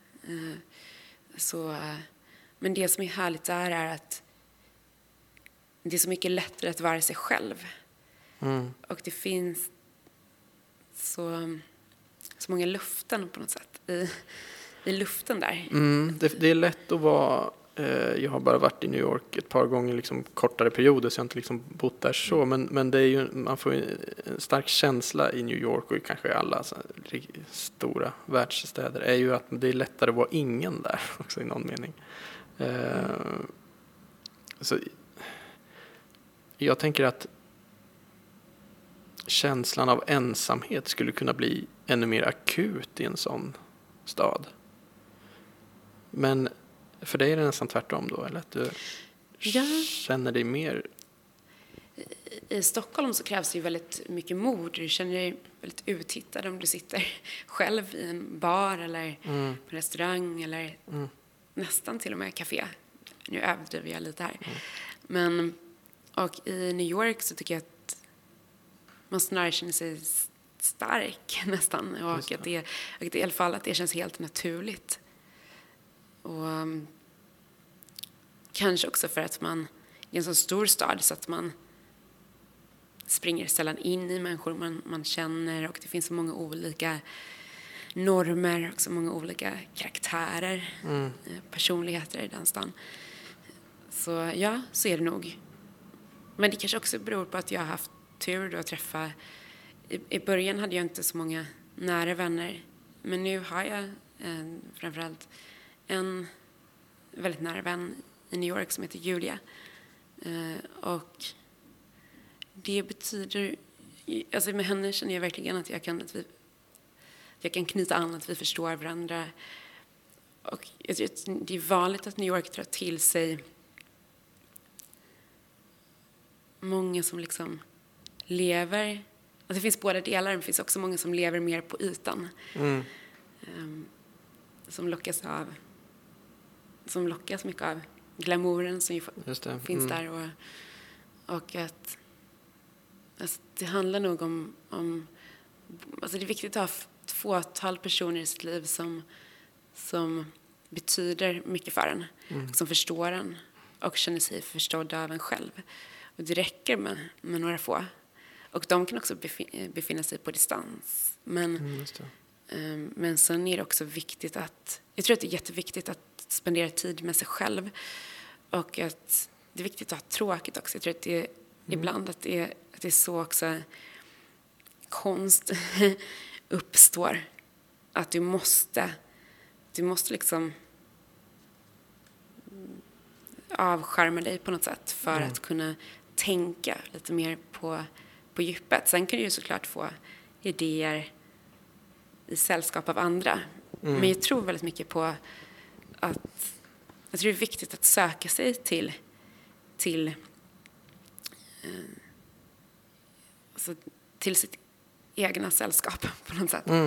Men det som är härligt där är att det är så mycket lättare att vara sig själv. Och det finns så många luften på något sätt i luften där. Det är lätt att vara... Jag har bara varit i New York ett par gånger, liksom kortare perioder, så jag har inte liksom bott där så. Men det är ju, man får en stark känsla i New York och kanske alla stora världsstäder är ju att det är lättare att vara ingen där också i någon mening. Så jag tänker att känslan av ensamhet skulle kunna bli ännu mer akut i en sån stad. Men för dig är det nästan tvärtom då, eller att du känner dig mer... I Stockholm så krävs det ju väldigt mycket mod. Du känner dig väldigt uthittad om du sitter själv i en bar eller på en restaurang eller nästan till och med café. Nu överdriver jag lite här. Och i New York så tycker jag att man snarare känner sig stark nästan. Och att det i alla fall att det känns helt naturligt. Och kanske också för att man är en så stor stad så att man springer sällan in i människor man känner, och det finns så många olika normer och så många olika karaktärer, personligheter i den stan. Så ja, så är det nog. Men det kanske också beror på att jag har haft tur då att träffa... I början hade jag inte så många nära vänner, men nu har jag framförallt en väldigt nära vän i New York som heter Julia. Och det betyder... Alltså med henne känner jag verkligen att jag kan knyta an, att vi förstår varandra. Och jag tror att det är vanligt att New York drar till sig många som liksom lever... Alltså det finns båda delar, men det finns också många som lever mer på ytan. Som lockas mycket av glamouren som finns där. Och att Alltså, det handlar nog om alltså det är viktigt att ha ett fåtal personer i sitt liv som betyder mycket för en, som förstår en och känner sig förstådd av en själv. Och det räcker med några få. Och de kan också befinna sig på distans. Men sen är det också viktigt jag tror att det är jätteviktigt att spendera tid med sig själv. Och att det är viktigt att ha tråkigt också. Jag tror att det är ibland att det är så också konst uppstår. Att du måste liksom avskärma dig på något sätt för att kunna tänka lite mer på djupet. Sen kan du ju såklart få idéer i sällskap av andra. Men jag tror väldigt mycket på att jag tror det är viktigt att söka sig till sitt egna sällskap på något sätt.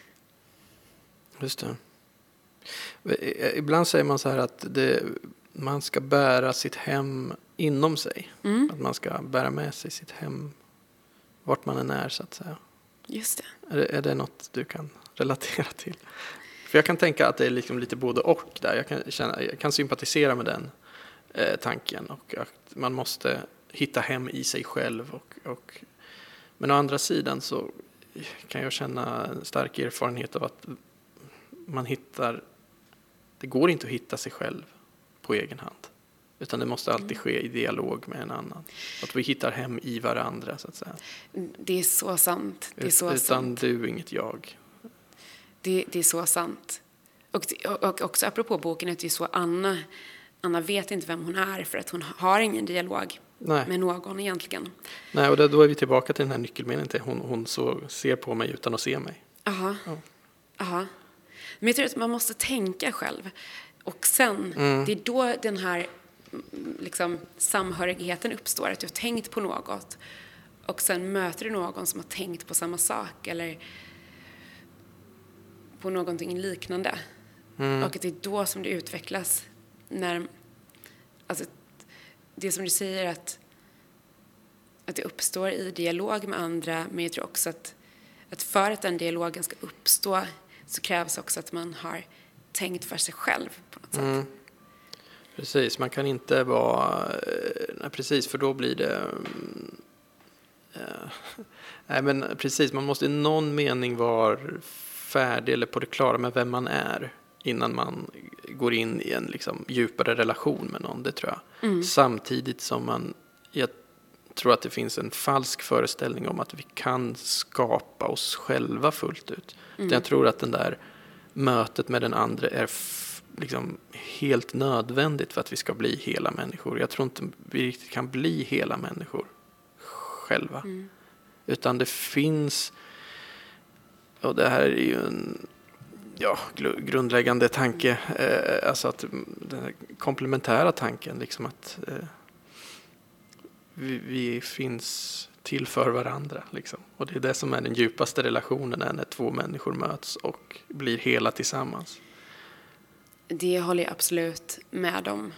Just det. Ibland säger man så här att man ska bära sitt hem inom sig. Att man ska bära med sig sitt hem vart man än är, så att säga. Just det. Är det något du kan relatera till? För jag kan tänka att det är liksom lite både och där. Jag kan sympatisera med den tanken. Och att man måste hitta hem i sig själv. Men å andra sidan så kan jag känna en stark erfarenhet av att det går inte att hitta sig själv på egen hand. Utan det måste alltid ske i dialog med en annan. Att vi hittar hem i varandra, så att säga. Det är så sant. Utan du, inget jag. Det är så sant. Och också apropå boken, att det är så Anna vet inte vem hon är för att hon har ingen dialog med någon egentligen. Nej, och då är vi tillbaka till den här nyckelmeningen till hon så ser på mig utan att se mig. Aha. Men jag tror att man måste tänka själv. Och sen, det är då den här liksom, samhörigheten uppstår. Att du har tänkt på något. Och sen möter du någon som har tänkt på samma sak. Eller på någonting liknande. Och att det är då som det utvecklas. Alltså, det som du säger att det uppstår i dialog med andra. Men jag tror också att för att den dialogen ska uppstå så krävs också att man har tänkt för sig själv på något sätt. Precis, man kan inte vara... Nej, precis, för då blir det... Nej, men precis, man måste i någon mening vara färdig eller på det klara med vem man är innan man går in i en liksom djupare relation med någon, det tror jag. Samtidigt som jag tror att det finns en falsk föreställning om att vi kan skapa oss själva fullt ut. Jag tror att den där mötet med den andra är liksom helt nödvändigt för att vi ska bli hela människor. Jag tror inte vi riktigt kan bli hela människor själva. Utan det finns, och det här är ju en grundläggande tanke, alltså att den här komplementära tanken, liksom att vi finns till för varandra. Liksom. Och det är det som är den djupaste relationen, när två människor möts och blir hela tillsammans. Det håller jag absolut med om.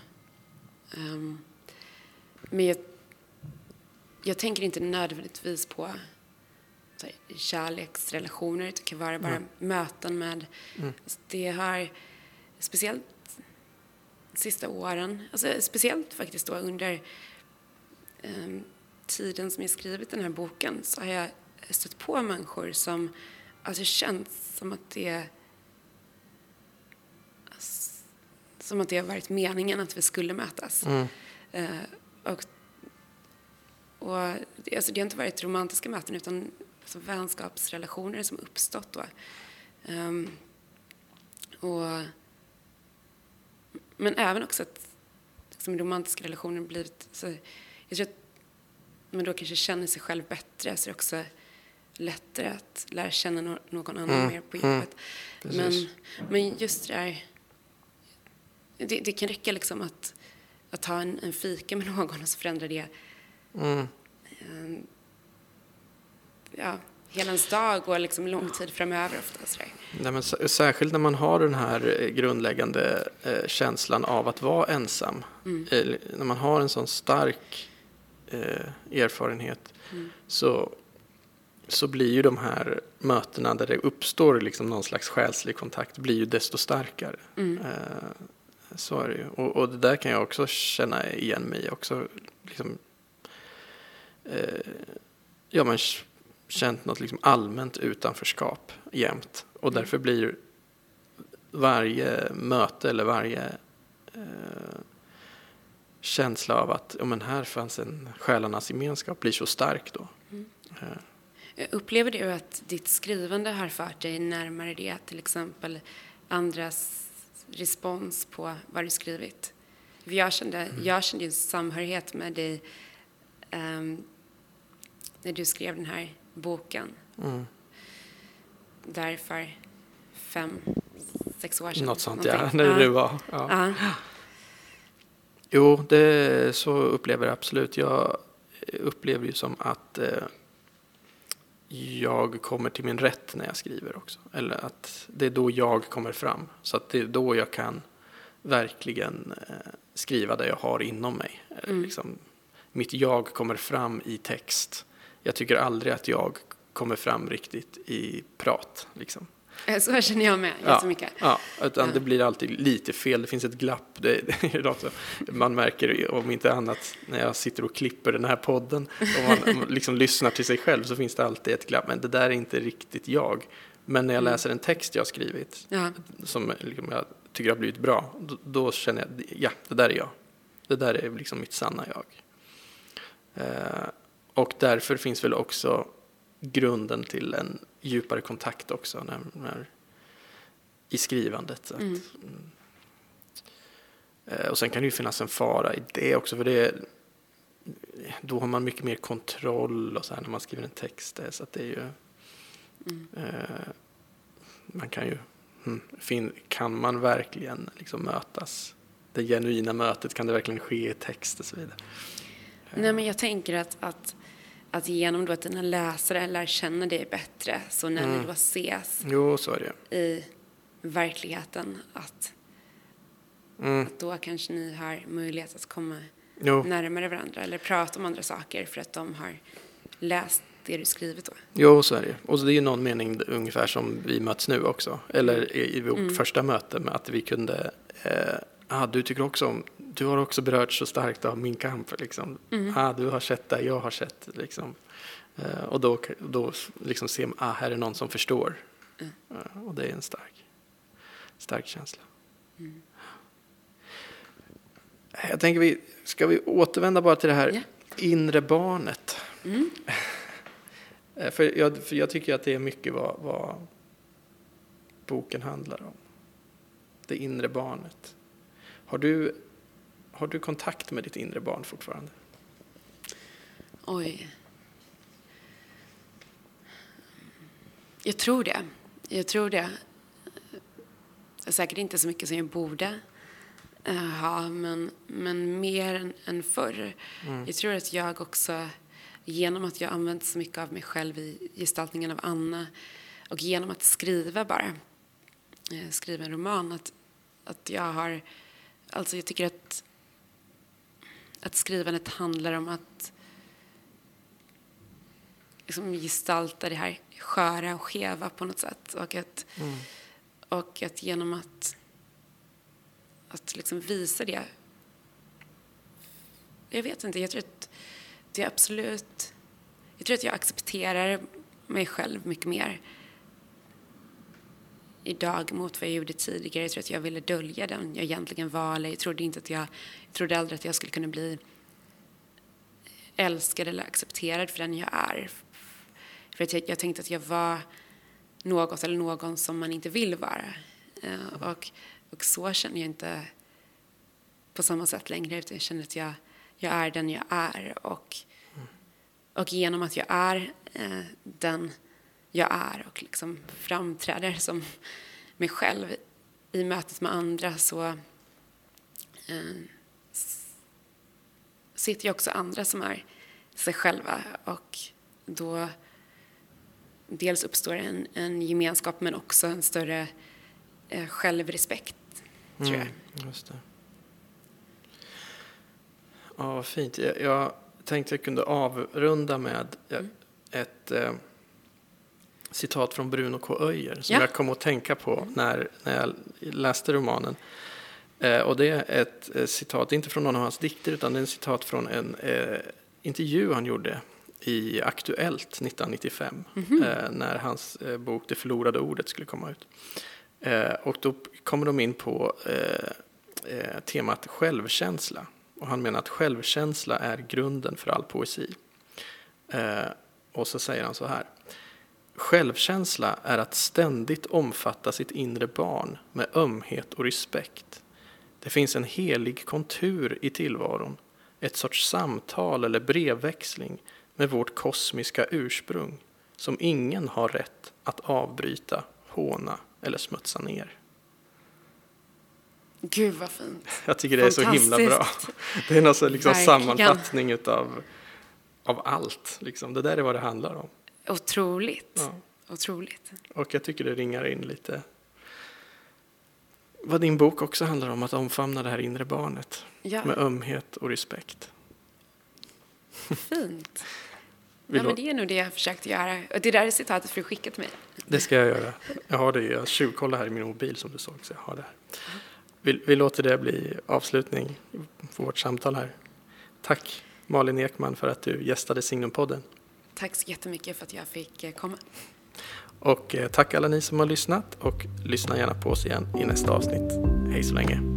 Men jag tänker inte nödvändigtvis på kärleksrelationer. Det kan vara bara möten med... Alltså, det har speciellt sista åren, alltså speciellt faktiskt då under tiden som jag skrivit den här boken, så har jag stött på människor som alltså känns som att det har varit meningen att vi skulle mötas. Och alltså det har inte varit romantiska möten utan alltså vänskapsrelationer som uppstått då. Men även också att liksom, romantiska relationer blivit så, jag tror att man då kanske känner sig själv bättre, så är det också lättare att lära känna någon annan mer på djupet. Men just det där, det kan räcka liksom att ha en fika med någon och så förändrar det hela ens dag och liksom lång tid framöver ofta. Nej, men särskilt när man har den här grundläggande känslan av att vara ensam. När man har en sån stark erfarenhet så blir ju de här mötena där det uppstår liksom någon slags själslig kontakt blir ju desto starkare. Så är det ju. Och det där kan jag också känna igen mig i också. Liksom, man känt något liksom allmänt utanförskap jämt. Och därför blir varje möte eller varje känsla av att men här fanns en själarnas gemenskap blir så stark då. Upplever du att ditt skrivande har fört dig närmare det, till exempel andras respons på vad du skrivit? För jag kände en samhörighet med dig när du skrev den här boken. Där för 5-6 år sedan. Något sånt, när det var. Ja. Jo, så upplever jag absolut. Jag upplever ju som att jag kommer till min rätt när jag skriver också. Eller att det är då jag kommer fram. Så att det är då jag kan verkligen skriva det jag har inom mig. Liksom, mitt jag kommer fram i text. Jag tycker aldrig att jag kommer fram riktigt i prat. Liksom. Så känner jag med jättemycket. Ja, utan det blir alltid lite fel. Det finns ett glapp. Man märker om inte annat när jag sitter och klipper den här podden och man liksom lyssnar till sig själv så finns det alltid ett glapp. Men det där är inte riktigt jag. Men när jag läser en text jag har skrivit som liksom jag tycker har blivit bra, då känner jag, det där är jag. Det där är liksom mitt sanna jag. Och därför finns väl också grunden till en djupare kontakt också när i skrivandet. Och sen kan det ju finnas en fara i det också, för då har man mycket mer kontroll och så här när man skriver en text. Så att det är ju man kan ju kan man verkligen liksom mötas? Det genuina mötet, kan det verkligen ske i text och så vidare? Nej, men jag tänker att genom då att dina läsare lär känna dig bättre, så när ni då ses så är det. I verkligheten att då kanske ni har möjlighet att komma närmare varandra eller prata om andra saker för att de har läst det du skrivit då. Jo, så är det. Och det är ju någon mening ungefär som vi möts nu också. Eller i vårt första möte med att vi kunde du har också berört så starkt av min kamp. Liksom. Du har sett det, jag har sett. Liksom. Och då liksom ser man, här är någon som förstår. Och det är en stark känsla. Jag tänker, ska vi återvända bara till det här inre barnet? För jag tycker att det är mycket vad boken handlar om. Det inre barnet. Har du kontakt med ditt inre barn fortfarande? Oj. Jag tror det. Säkert inte så mycket som jag borde ha, men mer än förr. Jag tror att jag också, genom att jag använt så mycket av mig själv i gestaltningen av Anna och genom att skriva en roman, att jag har, alltså jag tycker att skrivandet handlar om att liksom gestalta det här sköra och skeva på något sätt, och att genom att liksom visa det, jag vet inte, jag tror att det är absolut, jag tror att jag accepterar mig själv mycket mer idag mot vad jag gjorde tidigare. Jag tror att jag ville dölja den jag egentligen var, eller jag trodde aldrig att jag skulle kunna bli älskad eller accepterad för den jag är. För att jag tänkte att jag var något eller någon som man inte vill vara. Och så känner jag inte på samma sätt längre, utan jag känner att jag är den jag är. Och genom att jag är den jag är och liksom framträder som mig själv i mötet med andra, så sitter jag också andra som är sig själva, och då dels uppstår en gemenskap, men också en större självrespekt, tror jag. Just det. Ja, fint. Jag tänkte jag kunde avrunda med ett citat från Bruno K. Öijer som jag kom att tänka på när jag läste romanen. Och det är ett citat, inte från någon av hans dikter, utan det är en citat från en intervju han gjorde i Aktuellt 1995 när hans bok Det förlorade ordet skulle komma ut. Och då kommer de in på temat självkänsla. Och han menar att självkänsla är grunden för all poesi. Och så säger han så här. Självkänsla är att ständigt omfatta sitt inre barn med ömhet och respekt. Det finns en helig kontur i tillvaron, ett sorts samtal eller brevväxling med vårt kosmiska ursprung som ingen har rätt att avbryta, håna eller smutsa ner. Gud vad fint. Jag tycker det är så himla bra. Det är någon liksom sammanfattning av allt. Liksom. Det där är vad det handlar om. Otroligt. Ja. Otroligt. Och jag tycker det ringar in lite vad din bok också handlar om, att omfamna det här inre barnet med ömhet och respekt. Fint. Men det är nog det jag försökt göra. Och det där är citatet för att skicka till mig. Det ska jag göra. Jag har det. Jag tjuvkollar här i min mobil som du såg, så jag har det här. Vi låter det bli avslutning på vårt samtal här. Tack Malin Ekman för att du gästade Signumpodden. Tack så jättemycket för att jag fick komma. Och tack alla ni som har lyssnat, och lyssna gärna på oss igen i nästa avsnitt. Hej så länge.